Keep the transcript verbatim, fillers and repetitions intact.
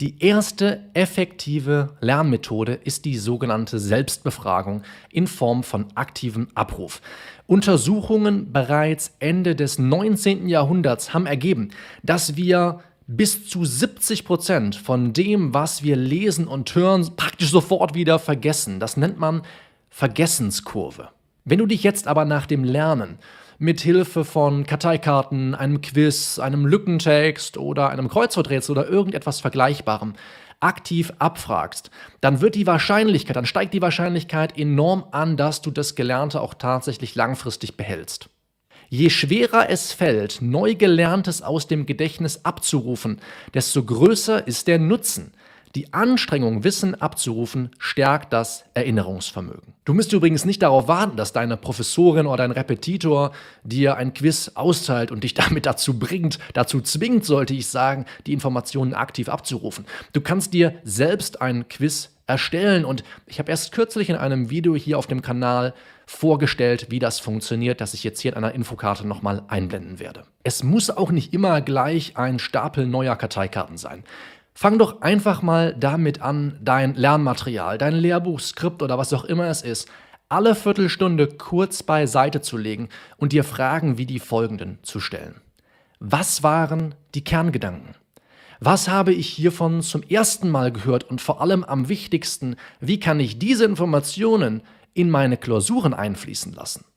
Die erste effektive Lernmethode ist die sogenannte Selbstbefragung in Form von aktivem Abruf. Untersuchungen bereits Ende des neunzehnten Jahrhunderts haben ergeben, dass wir bis zu siebzig Prozent von dem, was wir lesen und hören, praktisch sofort wieder vergessen. Das nennt man Vergessenskurve. Wenn du dich jetzt aber nach dem Lernen mit Hilfe von Karteikarten, einem Quiz, einem Lückentext oder einem Kreuzworträtsel oder irgendetwas Vergleichbarem aktiv abfragst, dann wird die Wahrscheinlichkeit, dann steigt die Wahrscheinlichkeit enorm an, dass du das Gelernte auch tatsächlich langfristig behältst. Je schwerer es fällt, neu Gelerntes aus dem Gedächtnis abzurufen, desto größer ist der Nutzen. Die Anstrengung, Wissen abzurufen, stärkt das Erinnerungsvermögen. Du musst übrigens nicht darauf warten, dass deine Professorin oder dein Repetitor dir ein Quiz austeilt und dich damit dazu bringt, dazu zwingt, sollte ich sagen, die Informationen aktiv abzurufen. Du kannst dir selbst ein Quiz erstellen und ich habe erst kürzlich in einem Video hier auf dem Kanal vorgestellt, wie das funktioniert, das ich jetzt hier in einer Infokarte nochmal einblenden werde. Es muss auch nicht immer gleich ein Stapel neuer Karteikarten sein. Fang doch einfach mal damit an, dein Lernmaterial, dein Lehrbuch, Skript oder was auch immer es ist, alle Viertelstunde kurz beiseite zu legen und dir Fragen wie die folgenden zu stellen. Was waren die Kerngedanken? Was habe ich hiervon zum ersten Mal gehört und vor allem am wichtigsten, wie kann ich diese Informationen in meine Klausuren einfließen lassen?